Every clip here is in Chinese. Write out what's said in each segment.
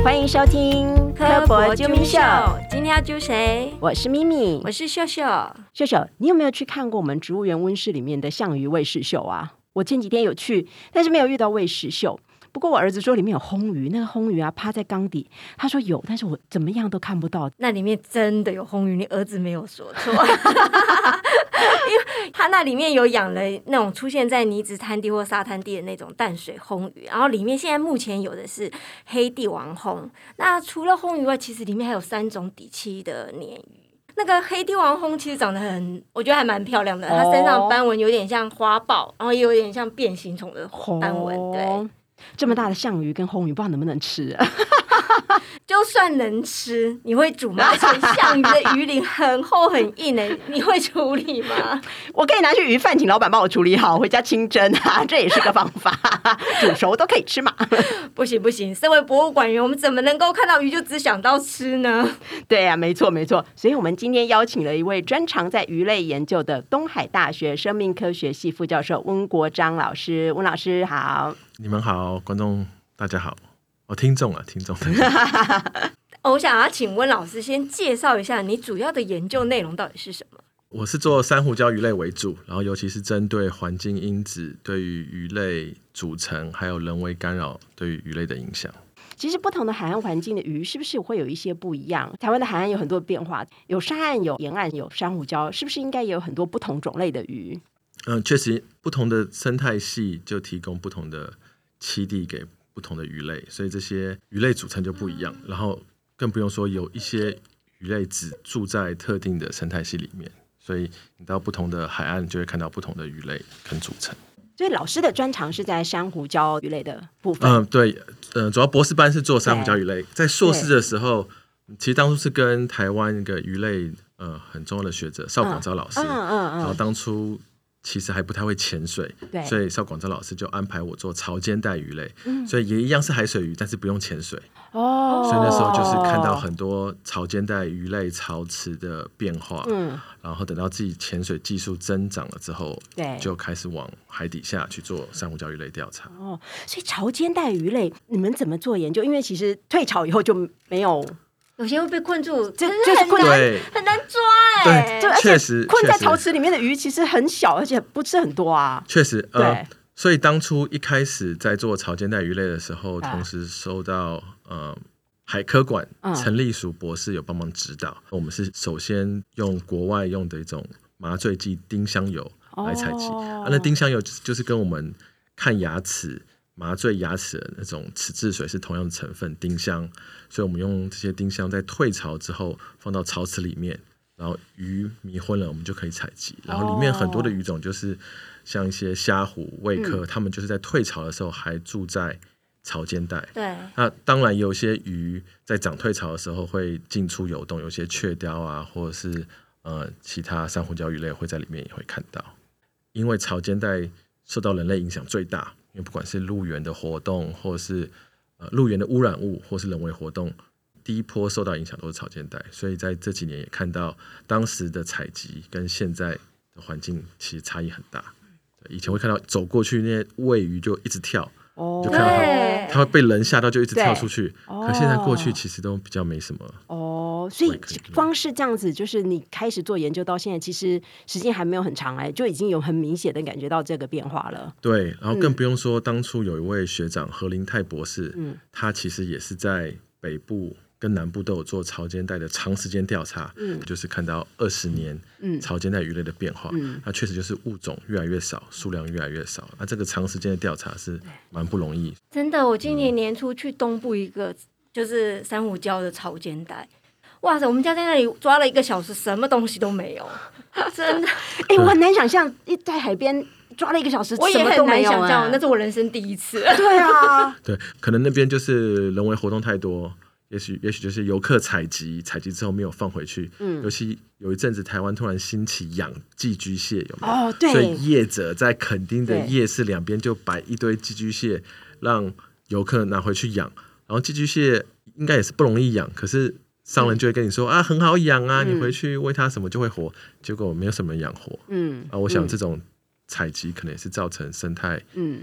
欢迎收听科博啾咪秀，今天要揪谁？ 我是咪咪， 我是秀秀。 秀秀，你有没有去看过我们植物园温室里面的象鱼喂食秀啊？我前几天有去，但是没有遇到喂食秀。不过我儿子说里面有红鱼，那个红鱼啊趴在缸底，他说有，但是我怎么样都看不到。 那里面真的有红鱼，你儿子没有说错。因为他那里面有养了那种出现在泥质滩地或沙滩地的那种淡水红鱼，然后里面现在目前有的是黑帝王红。那除了红鱼外，其实里面还有3种底栖的鲶鱼。那个黑帝王红其实长得我觉得还蛮漂亮的，它身上斑纹有点像花豹，然后也有点像变形虫的斑纹。对， 这么大的象鱼跟红鱼，不知道能不能吃啊？ 就算能吃，你会煮吗？而且象鱼的鱼鳞很厚很硬欸，你会处理吗？ 我可以拿去鱼贩请老板帮我处理好，回家清蒸啊，这也是个方法，煮熟都可以吃嘛。 不行不行，身为博物馆员，我们怎么能够看到鱼就只想到吃呢？ 对啊，没错没错。所以我们今天邀请了一位专长在鱼类研究的东海大学生命科学系副教授温国章老师。温老师好。 你们好，观众大家好。听众我想要请温老师先介绍一下你主要的研究内容到底是什么。 我是做珊瑚礁鱼类为主，然后尤其是针对环境因子对于鱼类组成还有人为干扰对于鱼类的影响。 其实不同的海岸环境的鱼是不是会有一些不一样？台湾的海岸有很多变化，有沙岸有沿岸有珊瑚礁，是不是应该也有很多不同种类的鱼？ 确实不同的生态系就提供不同的栖地给不同的鱼类，所以这些鱼类组成就不一样，然后更不用说有一些鱼类只住在特定的生态系里面，所以你到不同的海岸就会看到不同的鱼类跟组成。 所以老师的专长是在珊瑚礁鱼类的部分。 对，主要博士班是做珊瑚礁鱼类，在硕士的时候，其实当初是跟台湾一个鱼类很重要的学者邵广昭老师，然后当初其实还不太会潜水，所以邵广昭老师就安排我做潮间带鱼类，所以也一样是海水鱼，但是不用潜水。所以那时候就是看到很多潮间带鱼类潮池的变化，然后等到自己潜水技术增长了之后，就开始往海底下去做珊瑚礁鱼类调查。 所以潮间带鱼类你们怎么做研究？因为其实退潮以后就没有。 有些会被困住， 就是很难抓对，确实困在潮池里面的鱼其实很小，而且不是很多啊。 确实，所以当初一开始在做潮间带鱼类的时候，同时收到海科馆陈立淑博士有帮忙指导。我们是首先用国外用的一种麻醉剂丁香油来采集，那丁香油就是跟我们看牙齿麻醉牙齿的那种齿质水是同样的成分丁香，所以我们用这些丁香在退潮之后放到潮池里面，然后鱼迷昏了我们就可以采集，然后里面很多的鱼种就是像一些虾虎、卫科，他们就是在退潮的时候还住在潮间带。 对， 那当然有些鱼在涨退潮的时候会进出游动，有些雀鲷啊或者是其他珊瑚礁鱼类会在里面也会看到。因为潮间带受到人类影响最大，因为不管是陆源的活动或是陆源的污染物或是人为活动，第一波受到影响都是潮间带，所以在这几年也看到当时的采集跟现在的环境其实差异很大。以前会看到走过去那些喂鱼就一直跳，就看到它会被人吓到就一直跳出去，可现在过去其实都比较没什么。 所以光是这样子，就是你开始做研究到现在，其实时间还没有很长就已经有很明显的感觉到这个变化了。 对，然后更不用说当初有一位学长何林泰博士，他其实也是在北部跟南部都有做潮间带的长时间调查，就是看到20年潮间带鱼类的变化，那确实就是物种越来越少，数量越来越少，那这个长时间的调查是蛮不容易。 真的，我今年年初去东部一个就是珊瑚礁的潮间带，哇塞，我们家在那里抓了1个小时，什么东西都没有，真的。 我很难想象在海边抓了1个小时， 我也很难想象，那是我人生第一次。 对啊， 对，可能那边就是人为活动太多。也许就是游客采集之后没有放回去，尤其有一阵子台湾突然兴起养寄居蟹，有没有？ 对， 所以业者在垦丁的夜市两边就摆一堆寄居蟹，让游客拿回去养。然后寄居蟹应该也是不容易养，可是商人就会跟你说很好养啊，你回去喂它什么就会活，结果没有什么人养活。我想这种采集可能也是造成生态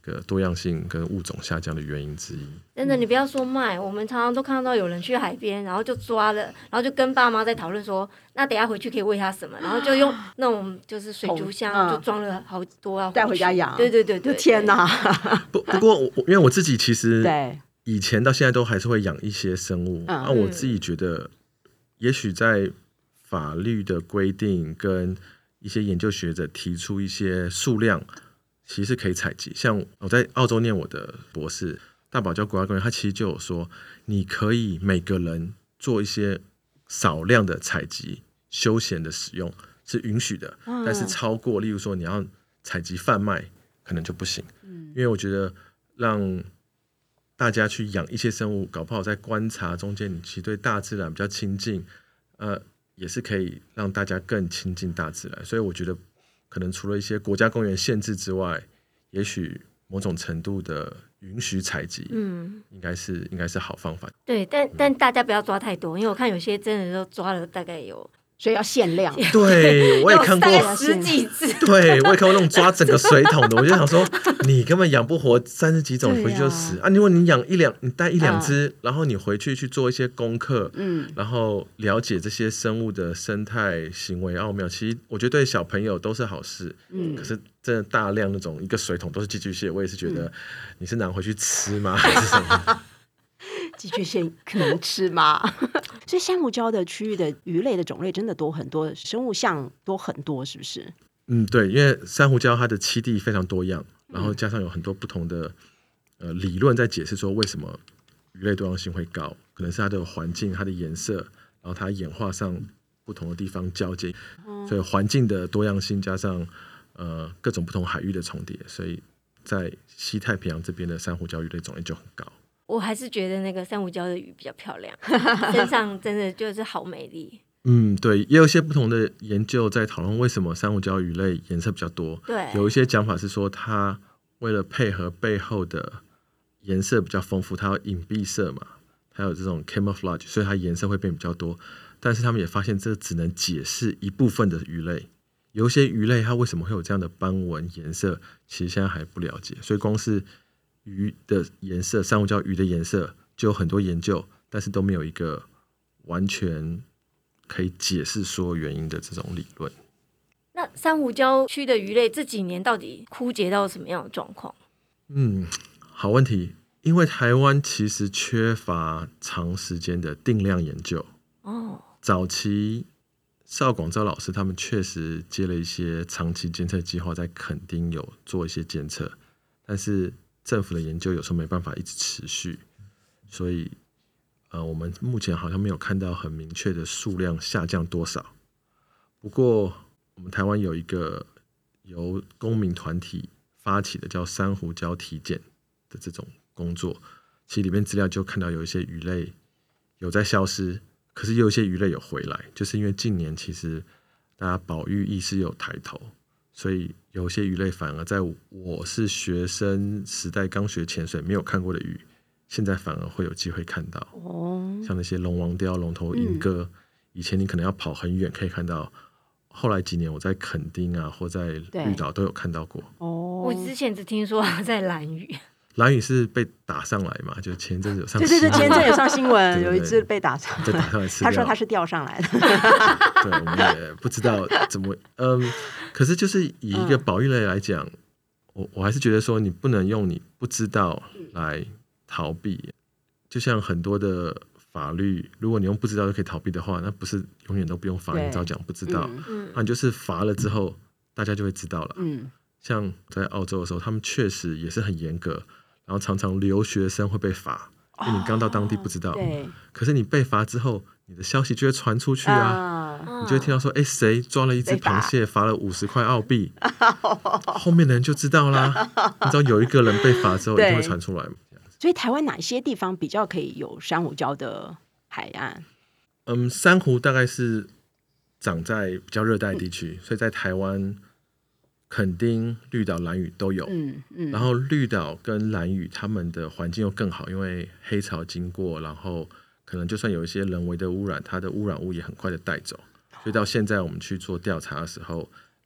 个多样性跟物种下降的原因之一。 真的，你不要说卖，我们常常都看到有人去海边，然后就抓了，然后就跟爸妈在讨论说，那等一下回去可以喂他什么，然后就用那种就是水族箱就装了好多要带回家养。 对对对对， 天哪！ 不过因为我自己其实对以前到现在都还是会养一些生物，我自己觉得，也许在法律的规定跟一些研究学者提出一些数量，其实可以采集。像我在澳洲念我的博士，大堡礁国家公园，它其实就有说，你可以每个人做一些少量的采集，休闲的使用是允许的，但是超过，例如说你要采集贩卖，可能就不行。因为我觉得让大家去养一些生物，搞不好在观察中间，你其实对大自然比较亲近，也是可以让大家更亲近大自然。所以我觉得，可能除了一些国家公园限制之外，也许某种程度的允许采集，应该是好方法。 对，但大家不要抓太多，因为我看有些真的都抓了大概有。 所以要限量。 对，我也看过 10几只。 对，我也看过那种抓整个水桶的，我就想说，你根本养不活30几种，回去就死啊！如果你养你带1-2只，然后你回去做一些功课，然后了解这些生物的生态行为奥妙，其实我觉得对小朋友都是好事。可是真的大量那种一个水桶都是寄居蟹，我也是觉得你是拿回去吃吗？还是什么？ 寄居蟹可能吃吗？所以珊瑚礁的区域的鱼类的种类真的多很多，生物相多很多，是不是？对， 因为珊瑚礁它的栖地非常多样，然后加上有很多不同的理论在解释说为什么鱼类多样性会高，可能是它的环境、它的颜色，然后它演化上不同的地方交接，所以环境的多样性加上各种不同海域的重叠，所以在西太平洋这边的珊瑚礁鱼类种类就很高。 我还是觉得那个珊瑚礁的鱼比较漂亮，身上真的就是好美丽。 对，也有一些不同的研究在讨论为什么珊瑚礁鱼类颜色比较多。 对， 有一些讲法是说，它为了配合背后的颜色比较丰富，它有隐蔽色嘛，它有这种 camouflage， 所以它颜色会变比较多。但是他们也发现，这只能解释一部分的鱼类。有一些鱼类它为什么会有这样的斑纹颜色，其实现在还不了解。所以光是鱼的颜色，珊瑚礁鱼的颜色就有很多研究，但是都没有一个完全可以解释所有原因的这种理论。 那珊瑚礁区的鱼类这几年到底枯竭到什么样的状况？ 好问题。因为台湾其实缺乏长时间的定量研究。早期邵广昭老师他们确实接了一些长期监测计划，在垦丁有做一些监测，但是政府的研究有时候没办法一直持续，所以我们目前好像没有看到很明确的数量下降多少。不过我们台湾有一个由公民团体发起的叫珊瑚礁体检的这种工作，其实里面资料就看到有一些鱼类有在消失，可是也有一些鱼类有回来，就是因为近年其实大家保育意识有抬头，所以有些鱼类反而在我是学生时代刚学潜水没有看过的鱼，现在反而会有机会看到。像那些龙王雕、龙头银鸽，以前你可能要跑很远可以看到，后来几年我在垦丁啊或在绿岛都有看到过。 我之前只听说在兰屿。 兰屿是被打上来嘛？就前一阵子有上新闻。 对，前一阵有上新闻， 对对对， 有一只被打上来，他说他是钓上来的。 对，我们也不知道怎么，可是就是以一个保育类来讲，我还是觉得说你不能用你不知道来逃避。就像很多的法律，如果你用不知道就可以逃避的话，那不是永远都不用罚，你只要讲不知道，那你就是罚了之后大家就会知道了。像在澳洲的时候，他们确实也是很严格，然后常常留学生会被罚，因为你刚到当地不知道。可是你被罚之后，你的消息就会传出去啊，你就会听到说，谁抓了一只螃蟹，罚了50块澳币，后面的人就知道啦。你知道有一个人被罚之后，一定会传出来。 所以台湾哪些地方比较可以有珊瑚礁的海岸？ 珊瑚大概是长在比较热带地区，所以在台湾垦丁、绿岛、兰屿都有。然后绿岛跟兰屿他们的环境又更好，因为黑潮经过，然后可能就算有一些人为的污染，它的污染物也很快的带走。所以到现在我们去做调查的时候，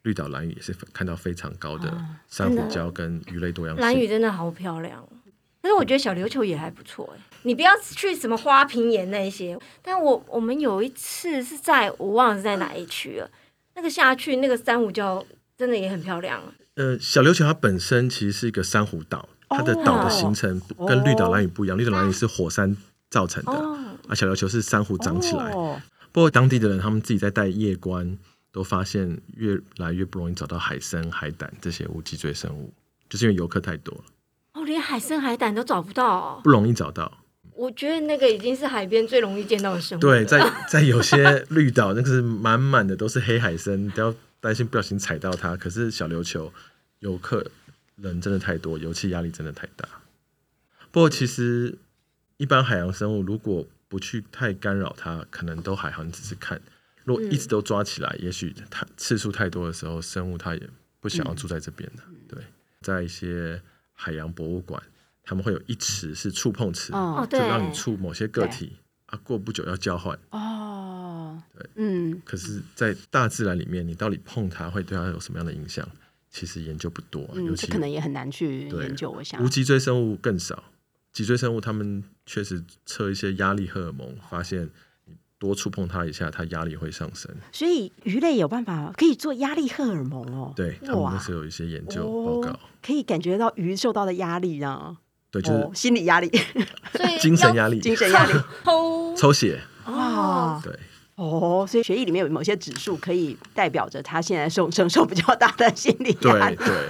绿岛兰屿也是看到非常高的珊瑚礁跟鱼类多样性。 兰屿真的好漂亮，但是我觉得小琉球也还不错你不要去什么花瓶岩那一些，但我们有一次是我忘了是在哪一区了，那个下去那个珊瑚礁真的也很漂亮。 小琉球它本身其实是一个珊瑚岛，它的岛的形成跟绿岛兰屿不一样，绿岛兰屿是火山造成的，小琉球是珊瑚长起来。不过当地的人他们自己在带夜观，都发现越来越不容易找到海参、海胆这些无脊椎生物，就是因为游客太多了。 连海参、海胆都找不到不容易找到。 我觉得那个已经是海边最容易见到的生物。 对，在有些绿岛，那个是满满的都是黑海参，不要担心不小心踩到它。可是小琉球游客人真的太多，油气压力真的太大。不过其实一般海洋生物如果不去太干扰它，可能都还好，你只是看。如果一直都抓起来，也许它次数太多的时候，生物它也不想要住在这边的。对，在一些海洋博物馆，他们会有一池是触碰池，就让你触某些个体过不久要交换。对，可是，在大自然里面，你到底碰它会对它有什么样的影响？其实研究不多，尤其这可能也很难去研究。我想， 无脊椎生物更少。脊椎生物，他们确实测一些压力荷尔蒙，发现你多触碰它一下，它压力会上升。 所以鱼类有办法可以做压力荷尔蒙对，他们那时候有一些研究报告， 可以感觉到鱼受到的压力啊。 对，就是心理压力， 精神压力，抽血。对。 所以血液里面有某些指数可以代表着他现在承受比较大的心理压力。 对。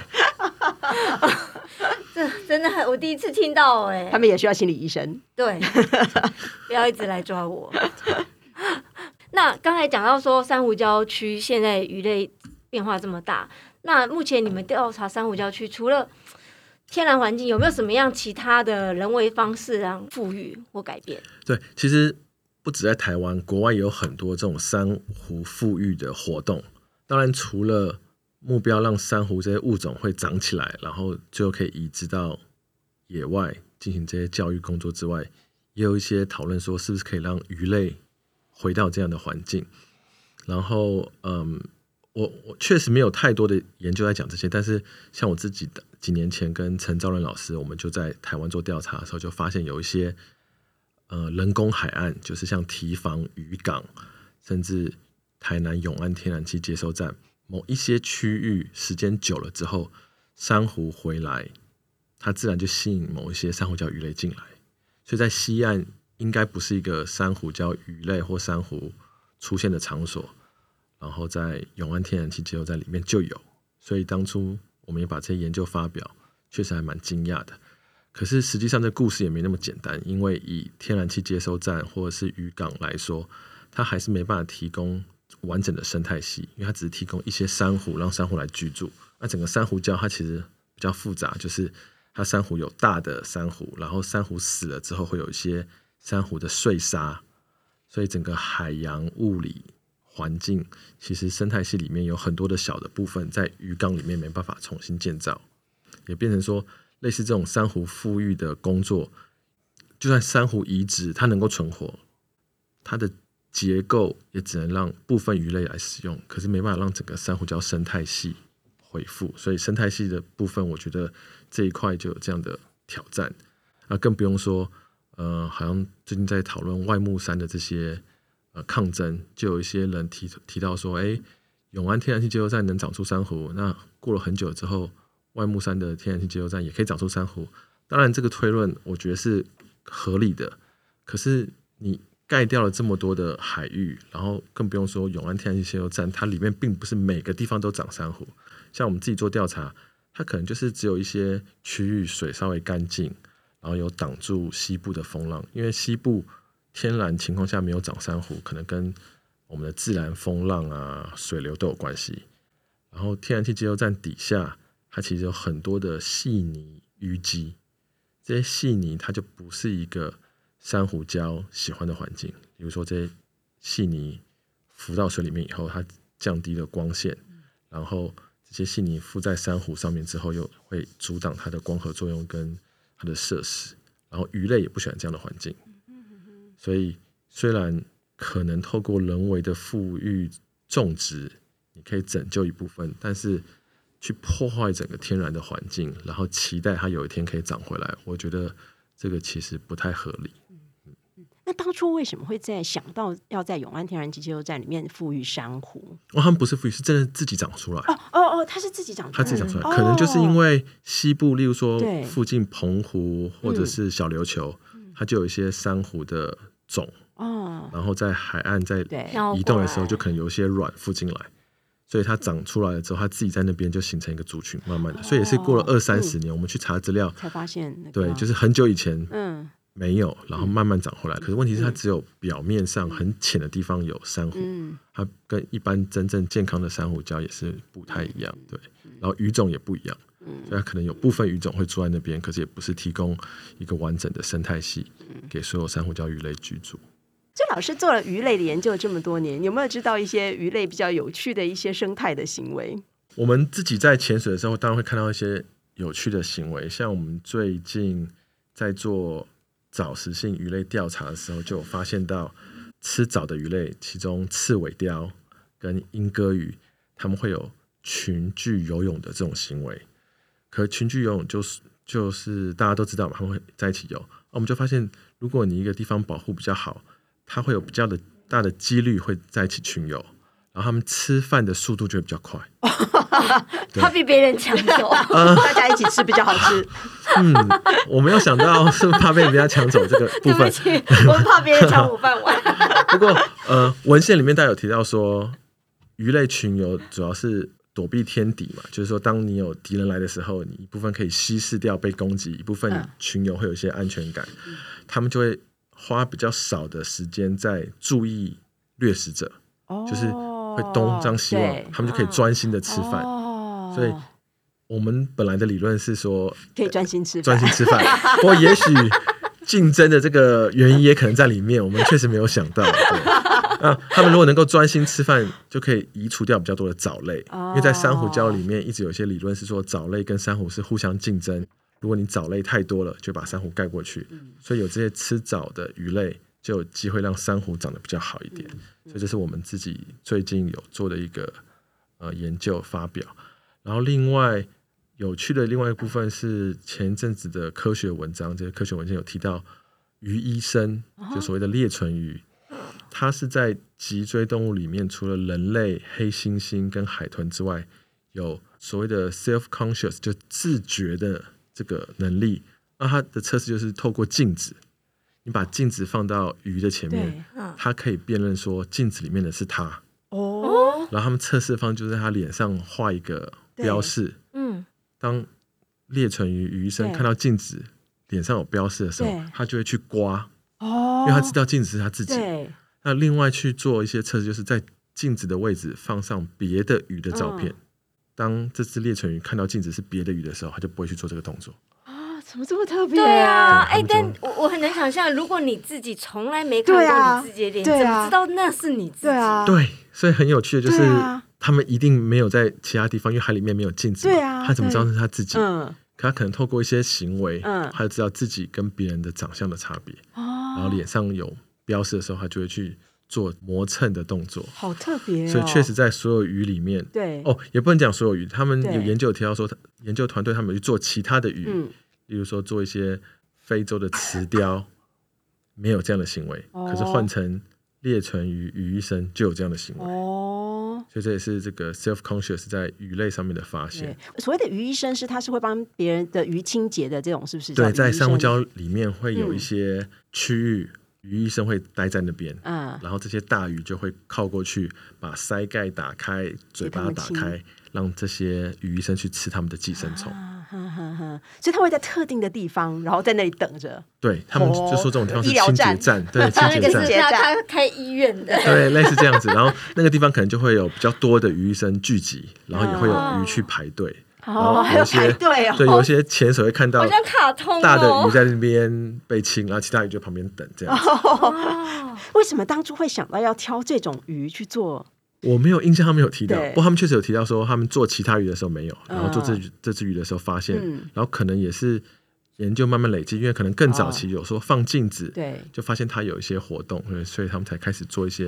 这真的我第一次听到他们也需要心理医生。 对，不要一直来抓我。那刚才讲到说珊瑚礁区现在鱼类变化这么大，那目前你们调查珊瑚礁区除了天然环境，有没有什么样其他的人为方式让富裕或改变？ 对，其实不止在台湾，国外也有很多这种珊瑚富裕的活动。当然，除了目标让珊瑚这些物种会长起来，然后最后可以移植到野外进行这些教育工作之外，也有一些讨论说，是不是可以让鱼类回到这样的环境。然后，我确实没有太多的研究在讲这些，但是像我自己的几年前跟陈昭伦老师，我们就在台湾做调查的时候，就发现有一些人工海岸，就是像堤防、渔港，甚至台南永安天然气接收站，某一些区域时间久了之后，珊瑚回来，它自然就吸引某一些珊瑚礁鱼类进来。所以在西岸应该不是一个珊瑚礁鱼类或珊瑚出现的场所，然后在永安天然气接收站里面就有。所以当初我们也把这些研究发表，确实还蛮惊讶的。可是实际上这故事也没那么简单，因为以天然气接收站或者是渔港来说，它还是没办法提供完整的生态系，因为它只是提供一些珊瑚让珊瑚来居住。那整个珊瑚礁它其实比较复杂，就是它珊瑚有大的珊瑚，然后珊瑚死了之后会有一些珊瑚的碎沙，所以整个海洋物理环境其实生态系里面有很多的小的部分在渔港里面没办法重新建造，也变成说类似这种珊瑚富裕的工作，就算珊瑚移植它能够存活，它的结构也只能让部分鱼类来使用，可是没办法让整个珊瑚礁生态系恢复。所以生态系的部分我觉得这一块就有这样的挑战更不用说好像最近在讨论外木山的这些抗争，就有一些人提到说永安天然气接收站能长出珊瑚，那过了很久之后外木山的天然气接收站也可以长出珊瑚。当然这个推论我觉得是合理的，可是你盖掉了这么多的海域，然后更不用说永安天然气接收站，它里面并不是每个地方都长珊瑚。像我们自己做调查，它可能就是只有一些区域水稍微干净，然后有挡住西部的风浪，因为西部天然情况下没有长珊瑚，可能跟我们的自然风浪水流都有关系。然后天然气接收站底下它其实有很多的细泥淤积，这些细泥它就不是一个珊瑚礁喜欢的环境。比如说这些细泥浮到水里面以后，它降低了光线，然后这些细泥附在珊瑚上面之后，又会阻挡它的光合作用跟它的摄食，然后鱼类也不喜欢这样的环境。所以虽然可能透过人为的富裕种植你可以拯救一部分，但是去破坏整个天然的环境，然后期待它有一天可以长回来，我觉得这个其实不太合理。 那当初为什么会想到要在永安天然基接收站里面复育珊瑚？ 他们不是复育，是真的自己长出来。 它是自己长出来， 它自己长出来，可能就是因为西部，例如说附近澎湖或者是小琉球，它就有一些珊瑚的种，然后在海岸在移动的时候，就可能有一些卵附进来，所以它长出来了之后，它自己在那边就形成一个族群，慢慢的，所以也是过了20-30年，我们去查资料才发现， 对，就是很久以前，没有，然后慢慢长回来。可是问题是，它只有表面上很浅的地方有珊瑚，它跟一般真正健康的珊瑚礁也是不太一样，对。然后鱼种也不一样，所以它可能有部分鱼种会住在那边，可是也不是提供一个完整的生态系给所有珊瑚礁鱼类居住。 所以老师做了鱼类的研究这么多年，有没有知道一些鱼类比较有趣的一些生态的行为？ 我们自己在潜水的时候，当然会看到一些有趣的行为，像我们最近在做藻食性鱼类调查的时候，就有发现到吃藻的鱼类，其中刺尾鲷跟莺歌鱼，它们会有群聚游泳的这种行为。可群聚游泳就是大家都知道嘛，他们会在一起游。我们就发现，如果你一个地方保护比较好，它会有比较大的几率会在一起群游，然后他们吃饭的速度就会比较快。 他比别人抢走， 大家一起吃比较好吃。 我没有想到是怕被人家抢走这个部分。 对不起，我们怕别人抢午饭碗。 不过文献里面大家有提到说，鱼类群游主要是躲避天敌嘛，就是说当你有敌人来的时候，你一部分可以稀释掉被攻击，一部分你群游会有一些安全感，他们就会花比较少的时间在注意掠食者，就是会东张西望，他们就可以专心的吃饭。所以我们本来的理论是说可以专心吃饭，不过也许竞争的这个原因也可能在里面，我们确实没有想到。他们如果能够专心吃饭，就可以移除掉比较多的藻类，因为在珊瑚礁里面一直有一些理论是说藻类跟珊瑚是互相竞争，如果你藻类太多了，就把珊瑚盖过去，所以有这些吃藻的鱼类就有机会让珊瑚长得比较好一点。所以这是我们自己最近有做的一个研究发表。然后另外有趣的另外一个部分是前一阵子的科学文章，这些科学文献有提到鱼医生，就所谓的裂唇鱼，它是在脊椎动物里面，除了人类、黑猩猩跟海豚之外，有所谓的 self-conscious 就自觉的这个能力。那它的测试就是透过镜子，你把镜子放到鱼的前面，它可以辨认说镜子里面的是它。然后他们测试方就是在他脸上画一个标示，当裂唇鱼医生看到镜子脸上有标示的时候，他就会去刮，因为他知道镜子是他自己。那另外去做一些测试，就是在镜子的位置放上别的鱼的照片，当这只裂唇鱼看到镜子是别的鱼的时候，他就不会去做这个动作。 怎么这么特别？ 对啊，但我很难想象，如果你自己从来没看过你自己的脸，怎么知道那是你自己？ 对，所以很有趣的就是，他们一定没有在其他地方，因为海里面没有镜子嘛，他怎么知道是他自己？可他可能透过一些行为，他就知道自己跟别人的长相的差别，然后脸上有标示的时候，他就会去做磨蹭的动作。 好特别所以确实在所有鱼里面，也不能讲所有鱼，他们有研究提到说，研究团队他们去做其他的鱼，例如说做一些非洲的雌鲷，没有这样的行为，可是换成裂唇鱼鱼医生就有这样的行为。所以这也是这个 self-conscious 在鱼类上面的发现。 所谓的鱼医生他是会帮别人的鱼清洁的这种，是不是？ 对，在珊瑚礁里面会有一些区域，鱼医生会待在那边，然后这些大鱼就会靠过去，把鳃盖打开，嘴巴打开，让这些鱼医生去吃他们的寄生虫。 所以他会在特定的地方，然后在那里等着。 对，他们就说这种地方是清洁站，对，清洁站。 那他开医院的， 对，类似这样子。然后那个地方可能就会有比较多的鱼医生聚集，然后也会有鱼去排队。然后还有排队对，有一些潜水会看到， 好像卡通大的鱼在那边被清，然后其他鱼就在旁边等这样子。 为什么当初会想到要挑这种鱼去做？ 我没有印象，他们有提到，不过他们确实有提到说，他们做其他鱼的时候没有，然后做这只鱼的时候发现，然后可能也是研究慢慢累积，因为可能更早期有说放镜子，就发现它有一些活动，所以他们才开始做一些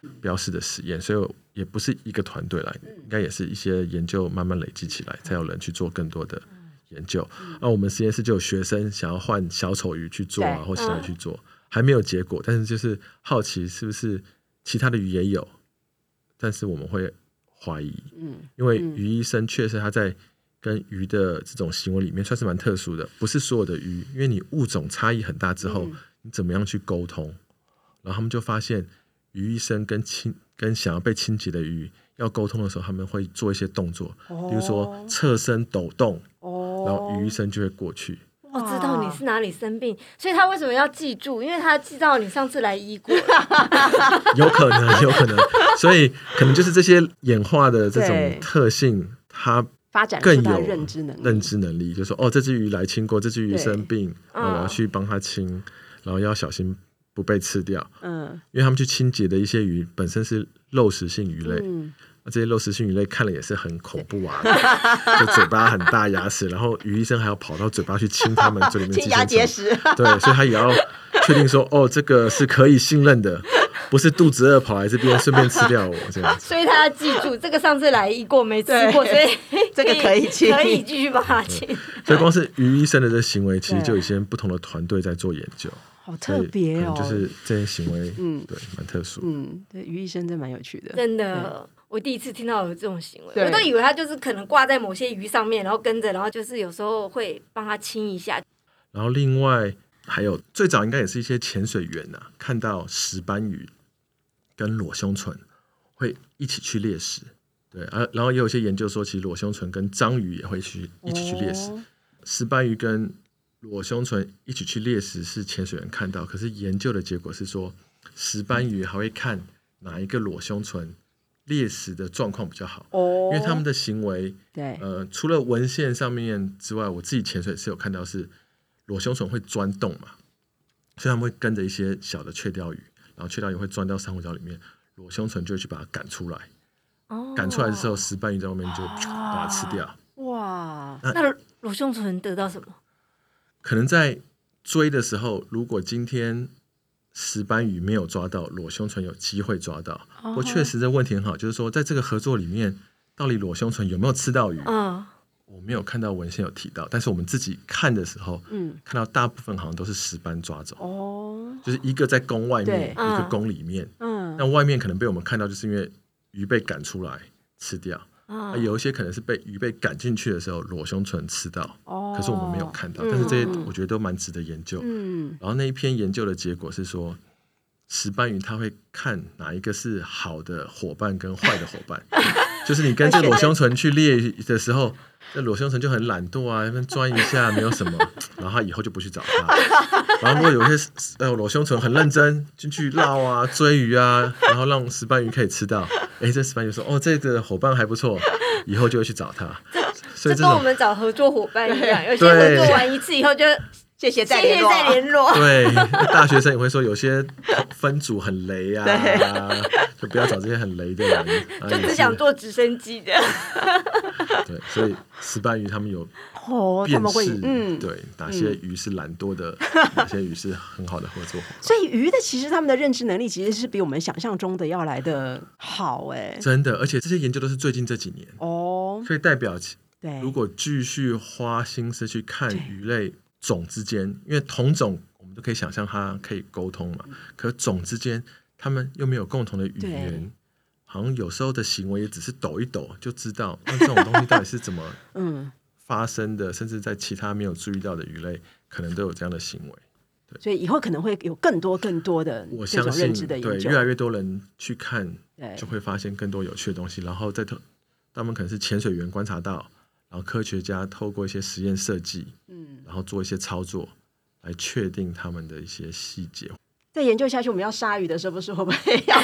标示的实验，所以也不是一个团队来，应该也是一些研究慢慢累积起来，才有人去做更多的研究。我们实验室就有学生想要换小丑鱼去做啊，或其他鱼去做，还没有结果，但是就是好奇是不是其他的鱼也有，但是我们会怀疑，因为鱼医生确实他在跟鱼的这种行为里面算是蛮特殊的，不是所有的鱼，因为你物种差异很大之后，你怎么样去沟通？然后他们就发现，鱼医生跟想要被清洁的鱼要沟通的时候，他们会做一些动作，比如说侧身抖动，然后鱼医生就会过去。 我知道你是哪里生病，所以他为什么要记住？因为他知道你上次来医过。 有可能，所以可能就是这些演化的这种特性，它发展更有认知能力，就是说这只鱼来清过，这只鱼生病，我要去帮它清，然后要小心不被吃掉。因为他们去清洁的一些鱼本身是肉食性鱼类，这些肉食性鱼类看了也是很恐怖啊，就嘴巴很大，牙齿，然后鱼医生还要跑到嘴巴去亲它们嘴里面清牙结石， 对，所以他也要确定说这个是可以信任的。不是肚子饿跑来这边顺便吃掉我这样子， 所以他要记住这个上次来医过没吃过，所以这个可以继续帮他清。 所以光是鱼医生的这行为，其实就有一些不同的团队在做研究， 好特别哦。 就是这些行为，对，蛮特殊。 对，鱼医生真蛮有趣的， 真的。我第一次听到有这种行为，我都以为他就是可能挂在某些鱼上面，然后跟着，然后就是有时候会帮他清一下。 然后另外还有最早应该也是一些潜水员看到石斑鱼跟裸胸唇会一起去猎食，对，然后也有一些研究说，其实裸胸唇跟章鱼也会一起去猎食。石斑鱼跟裸胸唇一起去猎食是潜水员看到，可是研究的结果是说，石斑鱼还会看哪一个裸胸唇猎食的状况比较好，因为他们的行为， 对， 除了文献上面之外，我自己潜水是有看到是裸胸唇会钻洞嘛，所以他们会跟着一些小的雀鲷鱼。然后雀鲷鱼会钻到珊瑚礁里面，裸胸唇就会去把它赶出来。赶出来的时候，石斑鱼在外面就把它吃掉。 哇！那裸胸唇得到什么？ 可能在追的时候，如果今天石斑鱼没有抓到，裸胸唇有机会抓到。不过确实这问题很好，就是说在这个合作里面，到底裸胸唇有没有吃到鱼？我没有看到文献有提到，但是我们自己看的时候，看到大部分好像都是石斑抓走，就是一个在宫外面，一个宫里面，那外面可能被我们看到，就是因为鱼被赶出来吃掉，有一些可能是被鱼被赶进去的时候，裸胸唇吃到，可是我们没有看到，但是这些我觉得都蛮值得研究。然后那一篇研究的结果是说，石斑鱼它会看哪一个是好的伙伴跟坏的伙伴，就是你跟这个裸胸唇去猎的时候。那裸胸唇就很懒惰啊，那边钻一下没有什么，然后他以后就不去找他。然后如果有一些裸胸唇很认真进去捞啊、追鱼啊，然后让石斑鱼可以吃到，这石斑鱼说这个伙伴还不错，以后就会去找他。所以这跟我们找合作伙伴一样，有些合作完一次以后就谢谢再联络。 对，大学生也会说有些分组很雷啊，就不要找这些很雷的人， 就只想做直升机的。 对，所以石斑鱼他们有辨识，对哪些鱼是懒惰的，哪些鱼是很好的合作伙伴。 所以鱼的其实他们的认知能力其实是比我们想象中的要来的好， 真的，而且这些研究都是最近这几年所以代表如果继续花心思去看鱼类种之间，因为同种我们都可以想象它可以沟通嘛，可种之间他们又没有共同的语言，好像有时候的行为也只是抖一抖就知道，那这种东西到底是怎么发生的，甚至在其他没有注意到的鱼类可能都有这样的行为。对， 所以以后可能会有更多的这种认知的研究， 对，越来越多人去看，就会发现更多有趣的东西，然后他们可能是潜水员观察到，然后科学家透过一些实验设计，然后做一些操作来确定他们的一些细节。 再研究下去，我们要杀鱼的时候，不是会不会要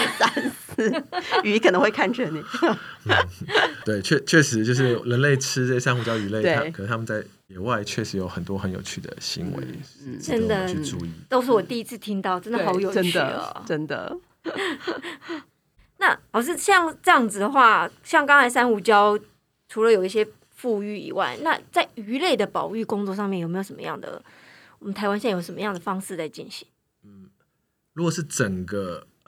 3-4鱼可能会看着你？ 对，确实就是人类吃这些珊瑚礁鱼类，可能他们在野外确实有很多很有趣的行为， 真的去注意。 都是我第一次听到，真的好有趣哦， 真的。 那老师像这样子的话，像刚才珊瑚礁除了有一些富裕以外，那在鱼类的保育工作上面有没有什么样的？我们台湾现在有什么样的方式在进行？ 如果是整个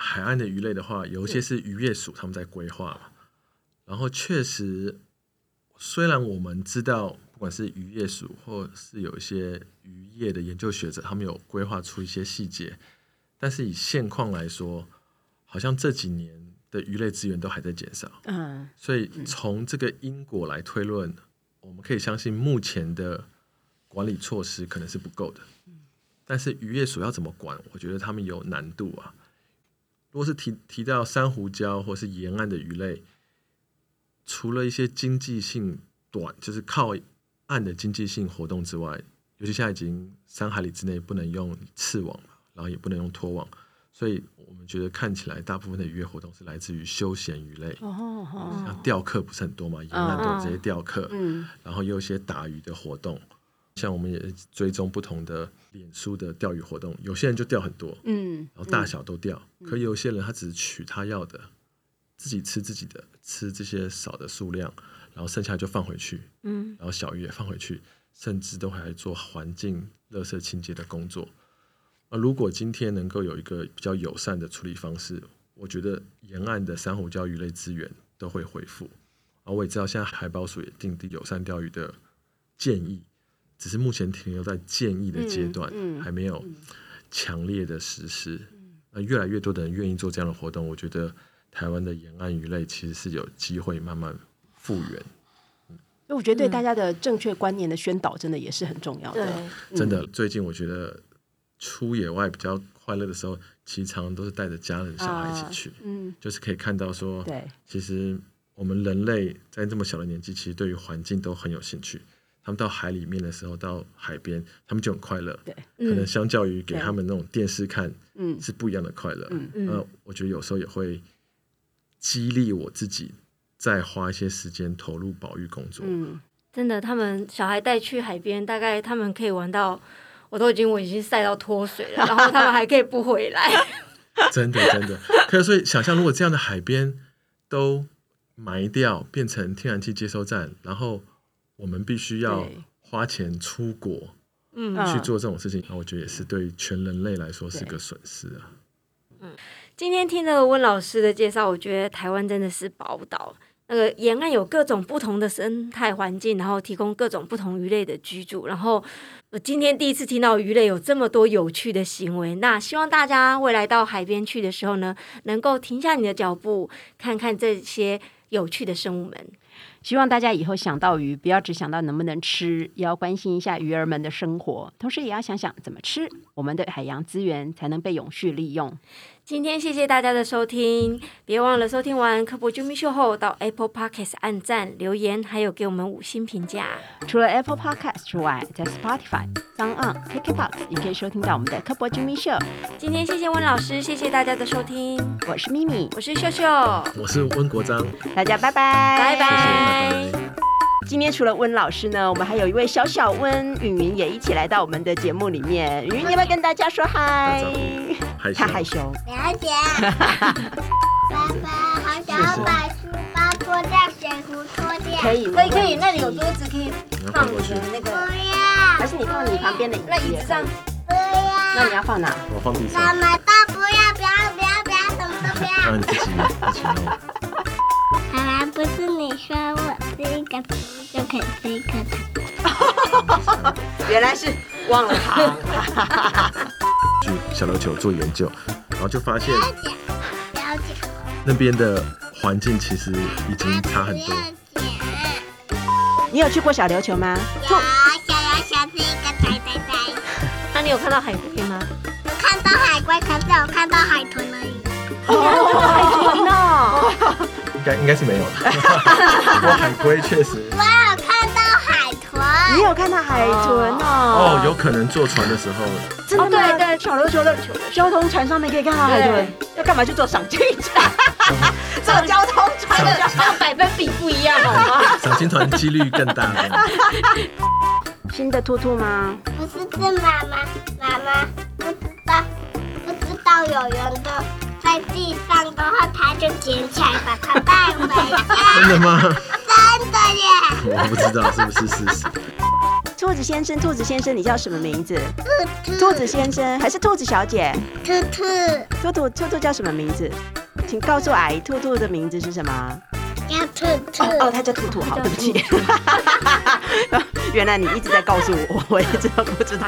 海岸的鱼类的话，有一些是渔业署他们在规划嘛，然后确实，虽然我们知道，不管是渔业署或是有一些渔业的研究学者，他们有规划出一些细节，但是以现况来说，好像这几年的鱼类资源都还在减少。所以从这个因果来推论，我们可以相信目前的管理措施可能是不够的。但是渔业署要怎么管，我觉得他们有难度啊。如果是提到珊瑚礁或是沿岸的鱼类，除了一些经济性短，就是靠岸的经济性活动之外，尤其现在已经3海里之内不能用刺网，然后也不能用拖网，所以我们觉得看起来大部分的渔业活动是来自于休闲鱼类，像钓客不是很多嘛，沿岸都有这些钓客，然后也有一些打鱼的活动。像我们也追踪不同的脸书的钓鱼活动，有些人就钓很多，然后大小都钓，可有些人他只是取他要的，自己吃自己的，吃这些少的数量，然后剩下就放回去，然后小鱼也放回去，甚至都还做环境垃圾清洁的工作。如果今天能够有一个比较友善的处理方式，我觉得沿岸的珊瑚礁鱼类资源都会恢复。我也知道现在海保署也订定友善钓鱼的建议，只是目前停留在建议的阶段，还没有强烈的实施。越来越多的人愿意做这样的活动，我觉得台湾的沿岸鱼类其实是有机会慢慢复原。 我觉得对大家的正确观念的宣导真的也是很重要的。 真的，最近我觉得出野外比较快乐的时候，其实常常都是带着家人小孩一起去，就是可以看到说，其实我们人类在这么小的年纪，其实对于环境都很有兴趣。他们到海里面的时候，到海边，他们就很快乐。可能相较于给他们那种电视看，是不一样的快乐。我觉得有时候也会激励我自己，再花一些时间投入保育工作。 真的，他们小孩带去海边，大概他们可以玩到，我已经晒到脱水了，然后他们还可以不回来。 真的。可是所以想象，如果这样的海边都埋掉，变成天然气接收站，然后我们必须要花钱出国去做这种事情，我觉得也是对全人类来说是个损失啊。 今天听了温老师的介绍，我觉得台湾真的是宝岛。那个沿岸有各种不同的生态环境，然后提供各种不同鱼类的居住。然后我今天第一次听到鱼类有这么多有趣的行为。那希望大家未来到海边去的时候呢，能够停下你的脚步，看看这些有趣的生物们。 希望大家以后想到鱼，不要只想到能不能吃，也要关心一下鱼儿们的生活，同时也要想想怎么吃，我们的海洋资源才能被永续利用。 今天谢谢大家的收听，别忘了收听完科博啾咪秀后，到 Apple Podcast 按赞留言，还有给我们5星评价。 除了 Apple Podcast 之外，在 Spotify、SoundOn、KKBOX 也可以收听到我们的科博啾咪秀。 今天谢谢温老师，谢谢大家的收听。 我是咪咪， 我是秀秀， 我是温国璋， 大家拜拜， 拜拜。 拜拜。 今天除了温老师呢，我们还有一位小温云云也一起来到我们的节目里面。云云要不要跟大家说嗨？他害羞。 了解。爸爸，好想要把书包脱掉，水壶脱掉。 可以， 那里有桌子可以放你的那个。 不要。 还是你放你旁边的椅子？ 那椅子上。 不要。 那你要放哪？ 我放地上。 什么都不要，什么都不要。 让你自己弄。 好啦，不是你说我是一个图就可以吃一颗糖。 原来是忘了糖。 去小琉球做研究，然后就发现了解。 那边的环境其实已经差很多。 你有去过小琉球吗？ 有，小琉球是一个呆。 那你有看到海龟吗？ 看到海龟，可是有看到海豚而已。 海豚哦。 应该是没有了。不过海龟确实。 我有看到海豚。 你有看到海豚哦？ 有可能坐船的时候。 真的吗？对，小琉球的交通船上面可以看到海豚。要干嘛去做赏金船？坐交通船的百分比不一样，好吗？ 赏金团几率更大。 新的兔兔吗？ 不是妈妈不知道有人的。在地上的话，他就捡起来把它带回家。 真的吗？ 真的耶！ 我不知道是不是事实。 兔子先生，兔子先生，你叫什么名字？兔子先生还是兔子小姐？兔兔叫什么名字？请告诉阿姨，兔兔的名字是什么？ 叫兔兔。 哦，他叫兔兔，好，对不起。原来你一直在告诉我，我一直都不知道。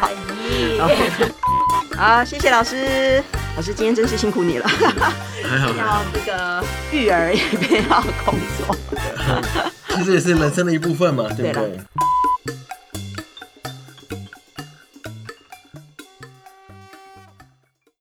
好，谢谢老师，老师今天真是辛苦你了。 还好， 要这个育儿也不要工作。 其实也是人生的一部分嘛，对不对？